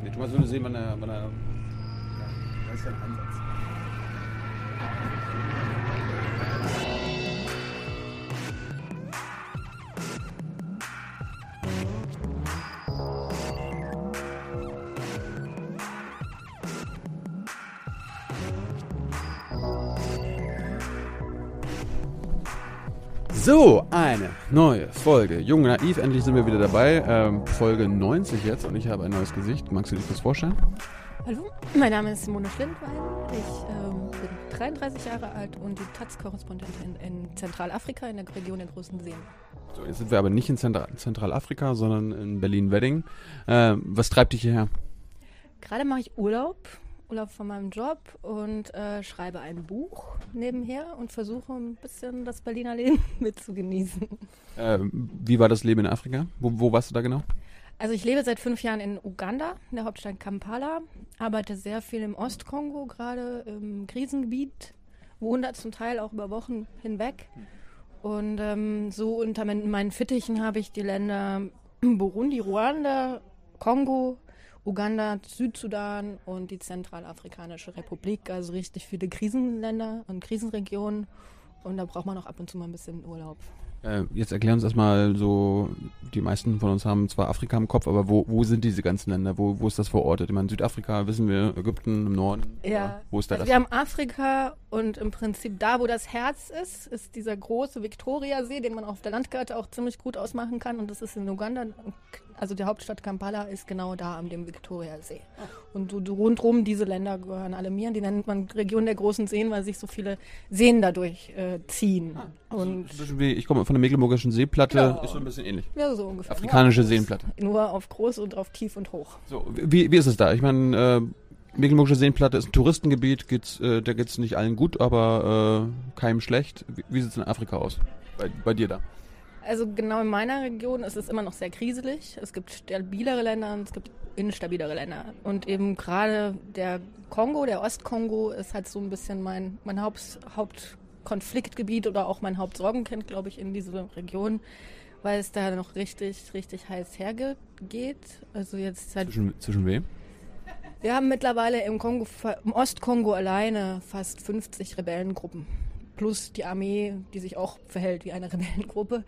Nee, Thomas würde sehen, wann er ja, das ist ja ein Ansatz. So, eine neue Folge Jung und Naiv, endlich sind wir wieder dabei, Folge 90 jetzt und ich habe ein neues Gesicht. Magst du dich kurz vorstellen? Hallo, mein Name ist Simone Schlindwein, ich bin 33 Jahre alt und die Taz-Korrespondentin in Zentralafrika in der Region der Großen Seen. So, jetzt sind wir aber nicht in Zentralafrika, sondern in Berlin-Wedding. Was treibt dich hierher? Gerade mache ich Urlaub von meinem Job und schreibe ein Buch nebenher und versuche ein bisschen das Berliner Leben mitzugenießen. Wie war das Leben in Afrika? Wo warst du da genau? Also ich lebe seit 5 Jahren in Uganda, in der Hauptstadt Kampala, arbeite sehr viel im Ostkongo, gerade im Krisengebiet, wohne da zum Teil auch über Wochen hinweg. Und so unter meinen Fittichen habe ich die Länder Burundi, Ruanda, Kongo, Uganda, Südsudan und die Zentralafrikanische Republik, also richtig viele Krisenländer und Krisenregionen. Und da braucht man auch ab und zu mal ein bisschen Urlaub. Jetzt erklär uns erstmal so, die meisten von uns haben zwar Afrika im Kopf, aber wo sind diese ganzen Länder? Wo ist das verortet? Ich meine, Südafrika, wissen wir, Ägypten im Norden. Ja, wo ist da das? Wir haben Afrika und im Prinzip da, wo das Herz ist dieser große Viktoriasee, den man auf der Landkarte auch ziemlich gut ausmachen kann. Und das ist in Uganda, also die Hauptstadt Kampala ist genau da am dem Viktoriasee. Und rundherum diese Länder gehören alle mir. Die nennt man Region der großen Seen, weil sich so viele Seen dadurch ziehen. Und Ich komme von der Mecklenburgischen Seeplatte, ja, ist so ein bisschen ähnlich. Ja, so ungefähr. Afrikanische Seenplatte. Nur auf groß und auf tief und hoch. So, wie ist es da? Ich meine, Mecklenburgische Seenplatte ist ein Touristengebiet, da geht's nicht allen gut, aber keinem schlecht. Wie sieht es in Afrika aus? Bei dir da? Also genau in meiner Region ist es immer noch sehr kriselig. Es gibt stabilere Länder und es gibt instabilere Länder. Und eben gerade der Kongo, der Ostkongo, ist halt so ein bisschen mein Hauptkonfliktgebiet oder auch mein Hauptsorgenkind, glaube ich, in dieser Region, weil es da noch richtig, richtig heiß hergeht. Also jetzt seit Zwischen wem? Wir haben mittlerweile im Ostkongo alleine fast 50 Rebellengruppen. Plus die Armee, die sich auch verhält wie eine Rebellengruppe.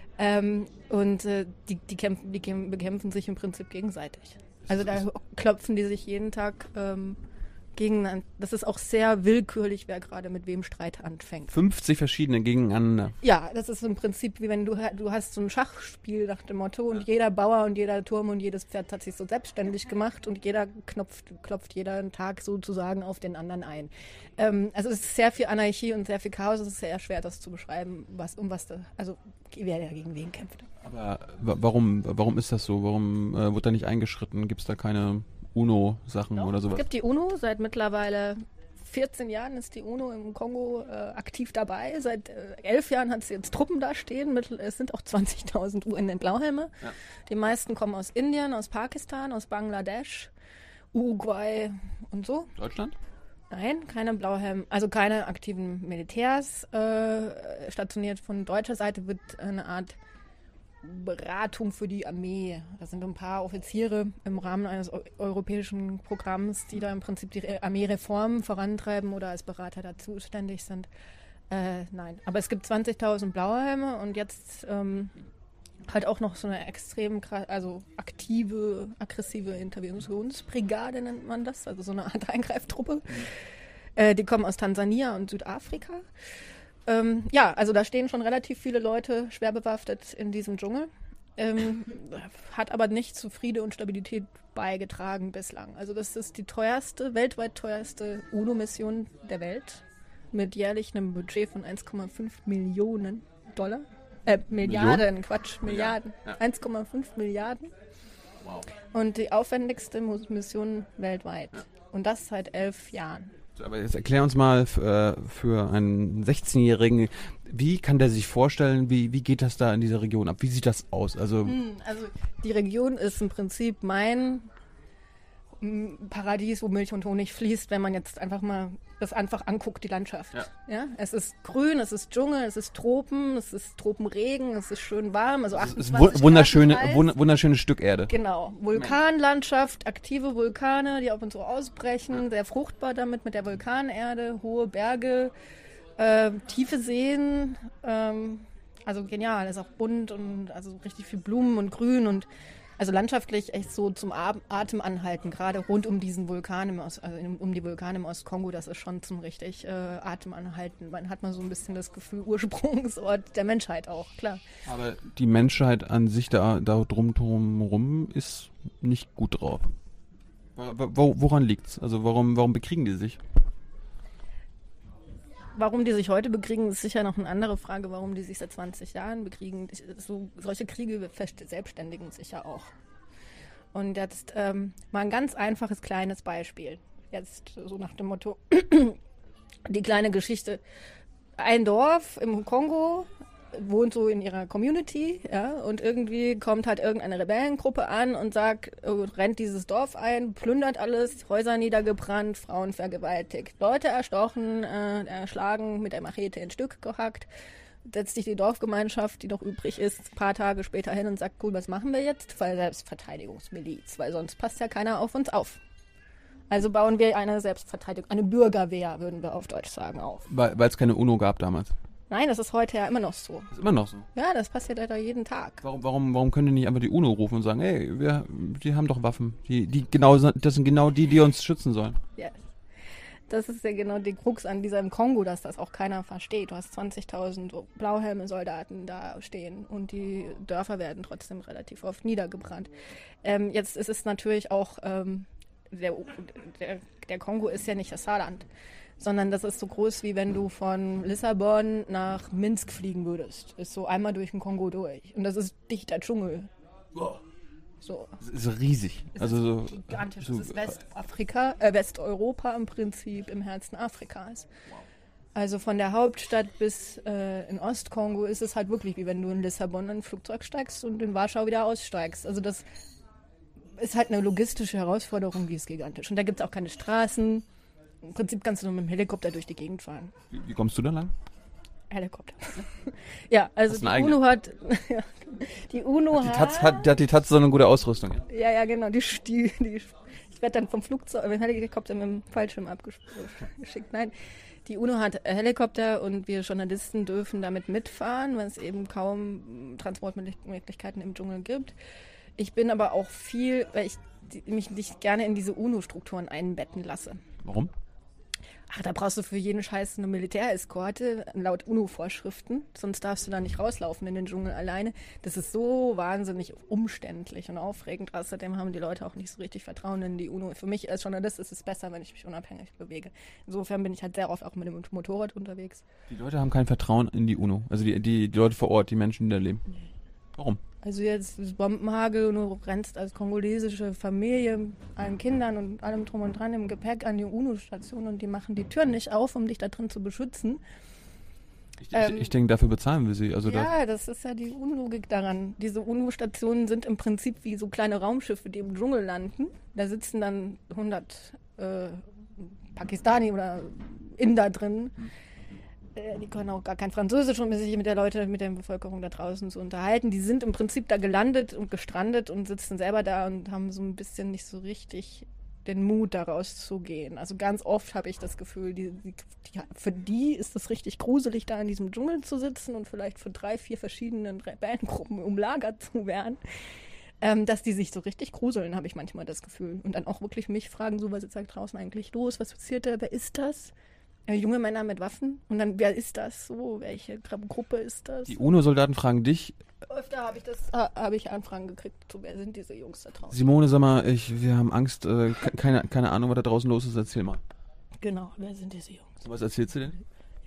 Die bekämpfen sich im Prinzip gegenseitig. Also da klopfen die sich jeden Tag gegeneinander. Das ist auch sehr willkürlich, wer gerade mit wem Streit anfängt. 50 verschiedene gegeneinander. Ja, das ist im Prinzip wie wenn du hast so ein Schachspiel nach dem Motto und jeder Bauer und jeder Turm und jedes Pferd hat sich so selbstständig gemacht und jeder klopft jeden Tag sozusagen auf den anderen ein. Also es ist sehr viel Anarchie und sehr viel Chaos. Es ist sehr schwer, das zu beschreiben, wer dagegen wen kämpft. Aber warum ist das so? Warum wird da nicht eingeschritten? Gibt es da keine UNO-Sachen oder sowas? Es gibt die UNO, seit mittlerweile 14 Jahren ist die UNO im Kongo aktiv dabei. Seit 11 Jahren hat sie jetzt Truppen da stehen. Es sind auch 20.000 UN-Blauhelme. Ja. Die meisten kommen aus Indien, aus Pakistan, aus Bangladesch, Uruguay und so. Deutschland? Nein, keine Blauhelme, also keine aktiven Militärs stationiert. Von deutscher Seite wird eine Art Beratung für die Armee. Da sind ein paar Offiziere im Rahmen eines europäischen Programms, die da im Prinzip die Armeereform vorantreiben oder als Berater da zuständig sind. Nein, aber es gibt 20.000 Blauhelme und jetzt halt auch noch so eine extrem aktive, aggressive Interventionsbrigade nennt man das, also so eine Art Eingreiftruppe. Die kommen aus Tansania und Südafrika. Also da stehen schon relativ viele Leute schwer bewaffnet in diesem Dschungel. Hat aber nicht zu Friede und Stabilität beigetragen bislang. Also das ist die weltweit teuerste UNO-Mission der Welt mit jährlich einem Budget von 1,5 Millionen Dollar. Milliarden. Ja. 1,5 Milliarden. Wow. Und die aufwendigste Mission weltweit. Ja. Und das seit 11 Jahren. Aber jetzt erklär uns mal für einen 16-Jährigen, wie kann der sich vorstellen, wie geht das da in dieser Region ab? Wie sieht das aus? Also die Region ist im Prinzip mein Paradies, wo Milch und Honig fließt, wenn man jetzt einfach mal das einfach anguckt, die Landschaft. Ja? Es ist grün, es ist Dschungel, es ist Tropen, es ist Tropenregen, es ist schön warm, also 28 ist wunderschönes Stück Erde. Genau, Vulkanlandschaft, aktive Vulkane, die ab und zu ausbrechen, sehr fruchtbar damit mit der Vulkanerde, hohe Berge, tiefe Seen, also genial, ist auch bunt und also richtig viel Blumen und Grün und also landschaftlich echt so zum Atem anhalten, gerade rund um diesen Vulkan um die Vulkane im Ostkongo, das ist schon zum richtig Atem anhalten. Man hat mal so ein bisschen das Gefühl, Ursprungsort der Menschheit auch, klar. Aber die Menschheit an sich da drumherum ist nicht gut drauf. Woran liegt's? Also warum bekriegen die sich? Warum die sich heute bekriegen, ist sicher noch eine andere Frage, warum die sich seit 20 Jahren bekriegen. Solche Kriege verselbstständigen sich ja auch. Und jetzt mal ein ganz einfaches, kleines Beispiel. Jetzt so nach dem Motto, die kleine Geschichte. Ein Dorf im Kongo wohnt so in ihrer Community, ja, und irgendwie kommt halt irgendeine Rebellengruppe an und rennt dieses Dorf ein, plündert alles, Häuser niedergebrannt, Frauen vergewaltigt, Leute erstochen, erschlagen, mit der Machete in Stück gehackt, setzt sich die Dorfgemeinschaft, die noch übrig ist, ein paar Tage später hin und sagt, cool, was machen wir jetzt? Weil Selbstverteidigungsmiliz, weil sonst passt ja keiner auf uns auf. Also bauen wir eine Selbstverteidigung, eine Bürgerwehr, würden wir auf Deutsch sagen, auf. Weil es keine UNO gab damals. Nein, das ist heute ja immer noch so. Das ist immer noch so? Ja, das passiert leider jeden Tag. Warum können die nicht einfach die UNO rufen und sagen, hey, die haben doch Waffen. Das sind genau die uns schützen sollen. Ja, das ist ja genau die Krux an diesem Kongo, dass das auch keiner versteht. Du hast 20.000 Blauhelme-Soldaten da stehen und die Dörfer werden trotzdem relativ oft niedergebrannt. Jetzt ist es natürlich auch, der Kongo ist ja nicht das Saarland, sondern das ist so groß, wie wenn du von Lissabon nach Minsk fliegen würdest. Ist so einmal durch den Kongo durch. Und das ist dichter Dschungel. Wow. So. Das ist riesig. Also so gigantisch. Das ist Westeuropa im Prinzip, im Herzen Afrikas. Also von der Hauptstadt bis in Ostkongo ist es halt wirklich, wie wenn du in Lissabon in ein Flugzeug steigst und in Warschau wieder aussteigst. Also das ist halt eine logistische Herausforderung, die ist gigantisch. Und da gibt es auch keine Straßen. Im Prinzip kannst du nur mit dem Helikopter durch die Gegend fahren. Wie kommst du da lang? Helikopter. Ja, also die UNO hat... die UNO hat die Taz so eine gute Ausrüstung. Ja, genau. Ich werde dann vom Flugzeug, mit dem Helikopter mit dem Fallschirm abgeschickt. Nein, die UNO hat Helikopter und wir Journalisten dürfen damit mitfahren, weil es eben kaum Transportmöglichkeiten im Dschungel gibt. Ich bin aber auch weil ich mich nicht gerne in diese UNO-Strukturen einbetten lasse. Warum? Ach, da brauchst du für jeden Scheiß eine Militäreskorte, laut UNO-Vorschriften. Sonst darfst du da nicht rauslaufen in den Dschungel alleine. Das ist so wahnsinnig umständlich und aufregend. Außerdem haben die Leute auch nicht so richtig Vertrauen in die UNO. Für mich als Journalist ist es besser, wenn ich mich unabhängig bewege. Insofern bin ich halt sehr oft auch mit dem Motorrad unterwegs. Die Leute haben kein Vertrauen in die UNO. Also die Leute vor Ort, die Menschen, die da leben. Nee. Warum? Also jetzt ist Bombenhagel und du rennst als kongolesische Familie, allen Kindern und allem drum und dran im Gepäck an die UNO-Station und die machen die Türen nicht auf, um dich da drin zu beschützen. Ich denke, dafür bezahlen wir sie. Also ja, das ist ja die Unlogik daran. Diese UNO-Stationen sind im Prinzip wie so kleine Raumschiffe, die im Dschungel landen. Da sitzen dann 100 Pakistani oder Inder drin. Die können auch gar kein Französisch, um sich mit der Bevölkerung da draußen zu unterhalten. Die sind im Prinzip da gelandet und gestrandet und sitzen selber da und haben so ein bisschen nicht so richtig den Mut, da rauszugehen. Also ganz oft habe ich das Gefühl, für die ist es richtig gruselig, da in diesem Dschungel zu sitzen und vielleicht für 3, 4 verschiedenen Rebellengruppen umlagert zu werden. Dass die sich so richtig gruseln, habe ich manchmal das Gefühl. Und dann auch wirklich mich fragen, so, was ist da draußen eigentlich los? Was passiert da? Wer ist das? Junge Männer mit Waffen. Und dann, wer ist das so? Welche Gruppe ist das? Die UNO-Soldaten fragen dich. Öfter habe ich Anfragen gekriegt, so, wer sind diese Jungs da draußen? Simone, sag mal, wir haben Angst, keine Ahnung, was da draußen los ist, erzähl mal. Genau, wer sind diese Jungs? Was erzählst du denn?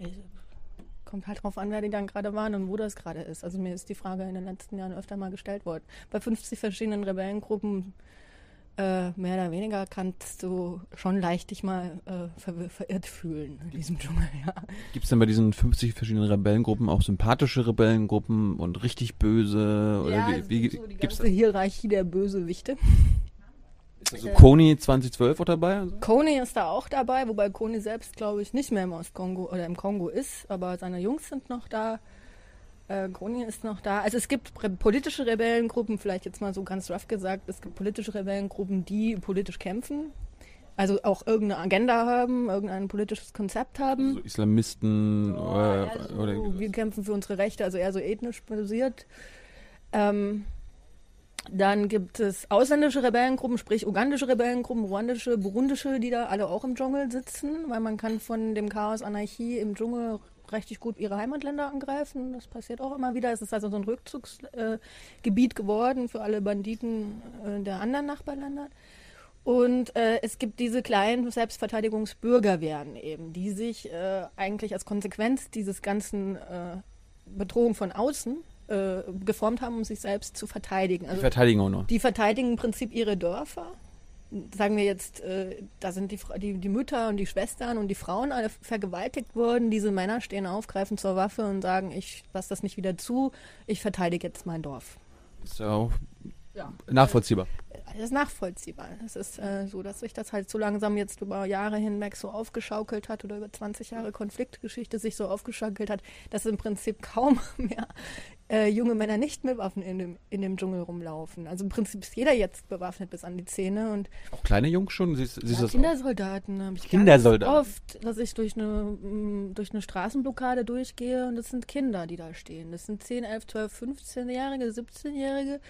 Kommt halt drauf an, wer die dann gerade waren und wo das gerade ist. Also mir ist die Frage in den letzten Jahren öfter mal gestellt worden. Bei 50 verschiedenen Rebellengruppen mehr oder weniger kannst du schon leicht dich mal verirrt fühlen in diesem Dschungel, ja. Gibt es denn bei diesen 50 verschiedenen Rebellengruppen auch sympathische Rebellengruppen und richtig böse? Oder ja, wie so die ganze Hierarchie der Bösewichte. Also Kony 2012 auch dabei? Also? Kony ist da auch dabei, wobei Kony selbst, glaube ich, nicht mehr im Ostkongo oder im Kongo ist, aber seine Jungs sind noch da. Kony ist noch da. Also es gibt politische Rebellengruppen, vielleicht jetzt mal so ganz rough gesagt, es gibt politische Rebellengruppen, die politisch kämpfen, also auch irgendeine Agenda haben, irgendein politisches Konzept haben. Also Islamisten oder wir kämpfen für unsere Rechte, also eher so ethnisch basiert. Dann gibt es ausländische Rebellengruppen, sprich ugandische Rebellengruppen, ruandische, burundische, die da alle auch im Dschungel sitzen, weil man kann von dem Chaos, Anarchie im Dschungel richtig gut ihre Heimatländer angreifen. Das passiert auch immer wieder. Es ist also so ein Rückzugsgebiet geworden für alle Banditen der anderen Nachbarländer. Und es gibt diese kleinen Selbstverteidigungsbürgerwehren eben, die sich eigentlich als Konsequenz dieses ganzen Bedrohung von außen geformt haben, um sich selbst zu verteidigen. Also die verteidigen auch noch. Die verteidigen im Prinzip ihre Dörfer. Sagen wir jetzt, da sind die Mütter und die Schwestern und die Frauen alle vergewaltigt worden. Diese Männer stehen auf, greifen zur Waffe und sagen, ich lasse das nicht wieder zu, ich verteidige jetzt mein Dorf. Ist ja auch nachvollziehbar. Das ist nachvollziehbar. Es ist so, dass sich das halt so langsam jetzt über Jahre hinweg so aufgeschaukelt hat oder über 20 Jahre Konfliktgeschichte sich so aufgeschaukelt hat, dass im Prinzip kaum mehr junge Männer nicht mit Waffen in dem Dschungel rumlaufen. Also im Prinzip ist jeder jetzt bewaffnet bis an die Zähne. Und auch kleine Jungs schon? Siehst du das Kindersoldaten habe ich Kindersoldaten. Ganz oft, dass ich durch eine Straßenblockade durchgehe und das sind Kinder, die da stehen. Das sind 10, 11, 12, 15-Jährige, 17-Jährige.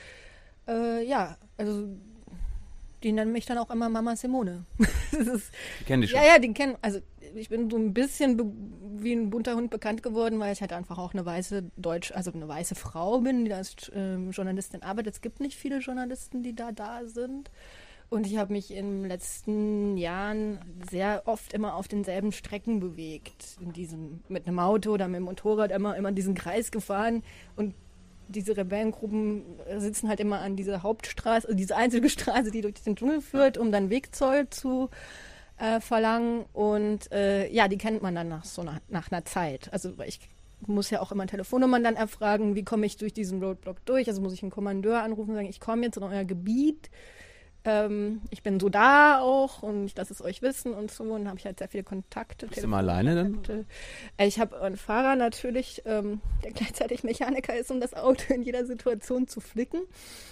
Also die nennen mich dann auch immer Mama Simone. Die kennen dich schon? Ja, die kennen, also ich bin so ein bisschen wie ein bunter Hund bekannt geworden, weil ich halt einfach auch eine weiße Frau bin, die da als Journalistin arbeitet. Es gibt nicht viele Journalisten, die da sind. Und ich habe mich in den letzten Jahren sehr oft immer auf denselben Strecken bewegt. Mit einem Auto oder mit dem Motorrad immer diesen Kreis gefahren. Und diese Rebellengruppen sitzen halt immer an dieser Hauptstraße, also diese einzige Straße, die durch den Dschungel führt, um dann Wegzoll zu verlangen. Und die kennt man dann nach einer Zeit. Also ich muss ja auch immer Telefonnummern dann erfragen, wie komme ich durch diesen Roadblock durch. Also muss ich einen Kommandeur anrufen und sagen, ich komme jetzt in euer Gebiet. Ich bin so da auch und ich lasse es euch wissen und so. Und dann habe ich halt sehr viele Kontakte. Bist du mal alleine dann? Ich habe einen Fahrer natürlich, der gleichzeitig Mechaniker ist, um das Auto in jeder Situation zu flicken.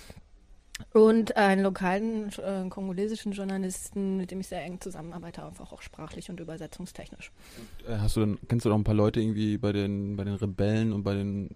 Und einen lokalen kongolesischen Journalisten, mit dem ich sehr eng zusammenarbeite, einfach auch sprachlich und übersetzungstechnisch. Kennst du noch ein paar Leute irgendwie bei den Rebellen und bei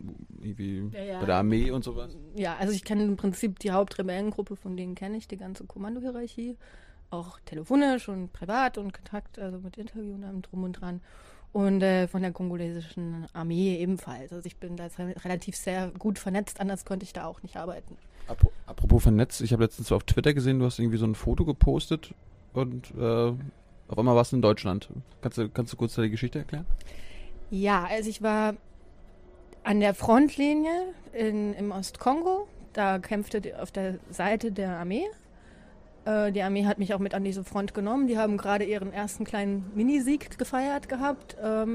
der Armee und sowas? Ja, also ich kenne im Prinzip die Hauptrebellengruppe, von denen kenne ich die ganze Kommandohierarchie, auch telefonisch und privat und Kontakt, also mit Interview und allem drum und dran. Und von der kongolesischen Armee ebenfalls. Also ich bin da relativ sehr gut vernetzt, anders konnte ich da auch nicht arbeiten. Apropos vernetzt, ich habe letztens auf Twitter gesehen, du hast irgendwie so ein Foto gepostet und auf einmal warst du in Deutschland. Kannst du kurz die Geschichte erklären? Ja, also ich war an der Frontlinie im Ostkongo, da kämpfte auf der Seite der Armee. Die Armee hat mich auch mit an diese Front genommen. Die haben gerade ihren ersten kleinen Minisieg gefeiert gehabt.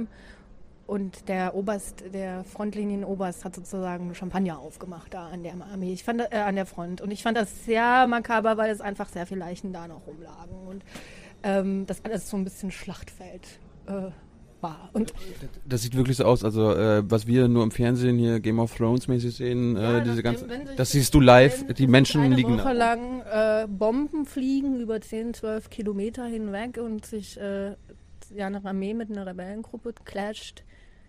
Und der Frontlinienoberst hat sozusagen Champagner aufgemacht da an der Armee. An der Front. Und ich fand das sehr makaber, weil es einfach sehr viele Leichen da noch rumlagen. Und das alles so ein bisschen Schlachtfeld war. Und das sieht wirklich so aus, also was wir nur im Fernsehen hier Game of Thrones mäßig sehen, das siehst du live, die Menschen liegen da. Eine Woche lang Bomben fliegen über 10, 12 Kilometer hinweg und sich eine Armee mit einer Rebellengruppe clasht.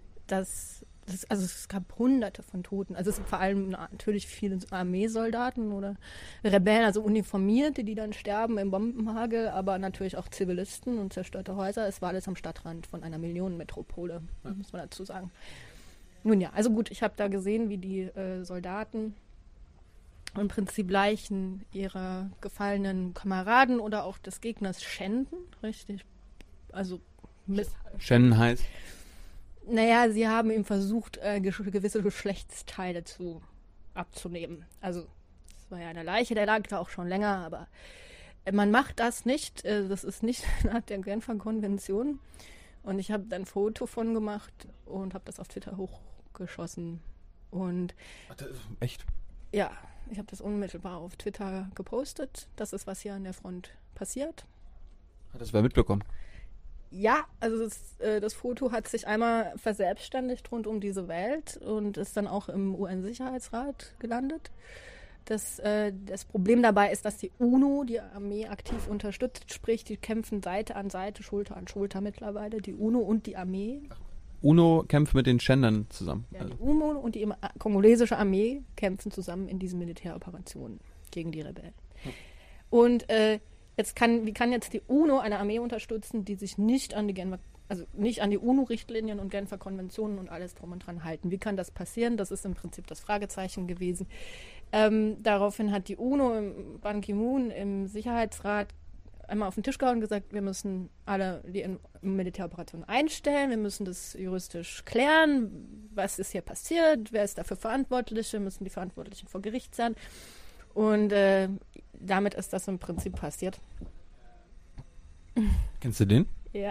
Also es gab Hunderte von Toten. Also es sind vor allem natürlich viele Armeesoldaten oder Rebellen, also Uniformierte, die dann sterben im Bombenhagel, aber natürlich auch Zivilisten und zerstörte Häuser. Es war alles am Stadtrand von einer Millionenmetropole, muss man dazu sagen. Nun ja, also gut, ich habe da gesehen, wie die Soldaten im Prinzip Leichen ihrer gefallenen Kameraden oder auch des Gegners schänden, richtig? Also schänden heißt? Naja, sie haben ihm versucht, gewisse Geschlechtsteile abzunehmen. Also, es war ja eine Leiche, der lag da auch schon länger, aber man macht das nicht. Das ist nicht nach der Genfer Konvention. Und ich habe dann ein Foto von gemacht und habe das auf Twitter hochgeschossen. Und echt? Ja, Ich habe das unmittelbar auf Twitter gepostet. Das ist, was hier an der Front passiert. Hat das wer mitbekommen? Ja, also das Foto hat sich einmal verselbstständigt rund um diese Welt und ist dann auch im UN-Sicherheitsrat gelandet. Das Problem dabei ist, dass die UNO die Armee aktiv unterstützt, sprich, die kämpfen Seite an Seite, Schulter an Schulter mittlerweile, die UNO und die Armee. UNO kämpft mit den Schändern zusammen. Ja, die UNO und die kongolesische Armee kämpfen zusammen in diesen Militäroperationen gegen die Rebellen. Und wie kann jetzt die UNO eine Armee unterstützen, die sich nicht an die UNO-Richtlinien und Genfer Konventionen und alles drum und dran halten? Wie kann das passieren? Das ist im Prinzip das Fragezeichen gewesen. Daraufhin hat die UNO, Ban Ki-moon im Sicherheitsrat einmal auf den Tisch gehauen und gesagt, wir müssen alle die Militäroperationen einstellen, wir müssen das juristisch klären, was ist hier passiert, wer ist dafür verantwortlich, wir müssen die Verantwortlichen vor Gericht sein. Und damit ist das im Prinzip passiert. Kennst du den? Ja.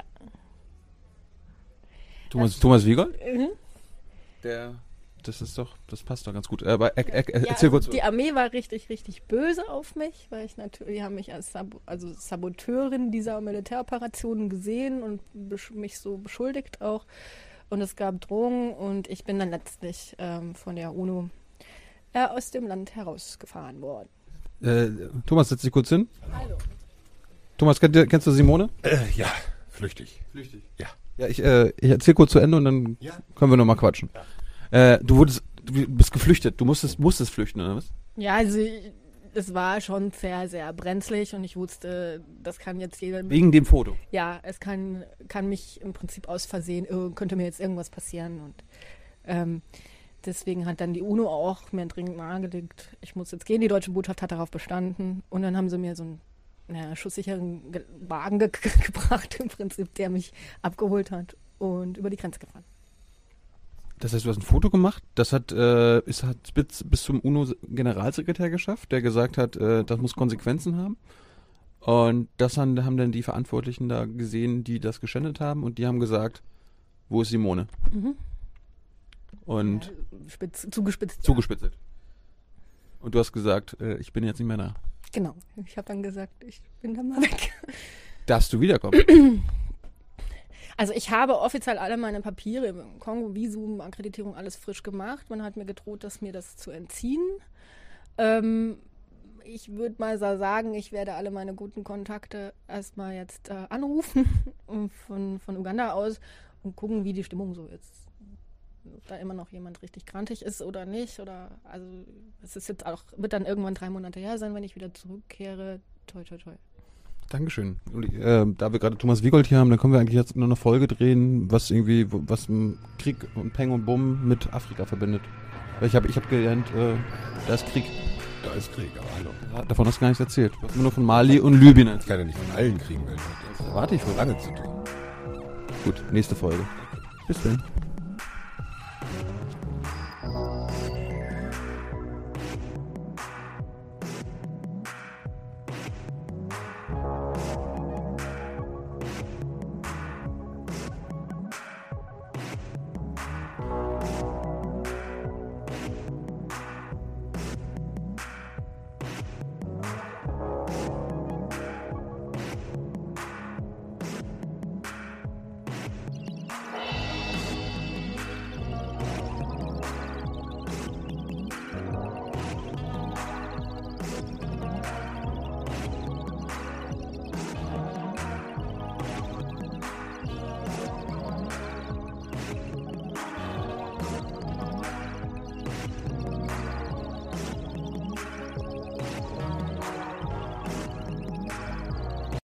Thomas Wiegold? Das passt doch ganz gut. Aber erzähl kurz. Die Armee war richtig, richtig böse auf mich, weil die haben mich als Saboteurin dieser Militäroperationen gesehen und mich so beschuldigt auch. Und es gab Drohungen und ich bin dann letztlich von der UNO aus dem Land herausgefahren worden. Thomas, setz dich kurz hin. Hallo. Thomas, kennst du Simone? Ja, flüchtig. Ja. Ja, ich erzähl kurz zu Ende und dann können wir nochmal quatschen. Du bist geflüchtet. Du musstest flüchten, oder was? Ja, also es war schon sehr, sehr brenzlig und ich wusste, das kann jetzt jeder... Wegen dem Foto? Ja, es kann mich im Prinzip aus Versehen, könnte mir jetzt irgendwas passieren und deswegen hat dann die UNO auch mir dringend nahegelegt, ich muss jetzt gehen. Die deutsche Botschaft hat darauf bestanden und dann haben sie mir so einen schusssicheren Wagen gebracht im Prinzip, der mich abgeholt hat und über die Grenze gefahren. Das heißt, du hast ein Foto gemacht, das hat bis zum UNO-Generalsekretär geschafft, der gesagt hat, das muss Konsequenzen haben. Und das haben dann die Verantwortlichen da gesehen, die das geschändet haben und die haben gesagt, wo ist Simone? Mhm. Und zugespitzt. Zugespitzt. Und du hast gesagt, ich bin jetzt nicht mehr da. Genau. Ich habe dann gesagt, ich bin dann mal weg. Darfst du wiederkommen? Also ich habe offiziell alle meine Papiere, Kongo, Visum, Akkreditierung, alles frisch gemacht. Man hat mir gedroht, mir das zu entziehen. Ich würde mal so sagen, ich werde alle meine guten Kontakte erstmal jetzt anrufen von Uganda aus und gucken, wie die Stimmung so ist. Ob da immer noch jemand richtig grantig ist oder nicht. Also es ist jetzt auch, wird dann irgendwann 3 Monate her sein, wenn ich wieder zurückkehre. Toi, toi, toi. Dankeschön. Und, da wir gerade Thomas Wiegold hier haben, dann können wir eigentlich jetzt noch eine Folge drehen, was Krieg und Peng und Bumm mit Afrika verbindet. Weil ich hab gelernt, da ist Krieg. Da ist Krieg, aber hallo. Davon hast du gar nichts erzählt. Du hast immer nur von Mali und Libyen erzählt. Ich kann ja nicht von allen Kriegen weltweit. Warte ich wohl. Lange zu tun. Gut, nächste Folge. Bis dann.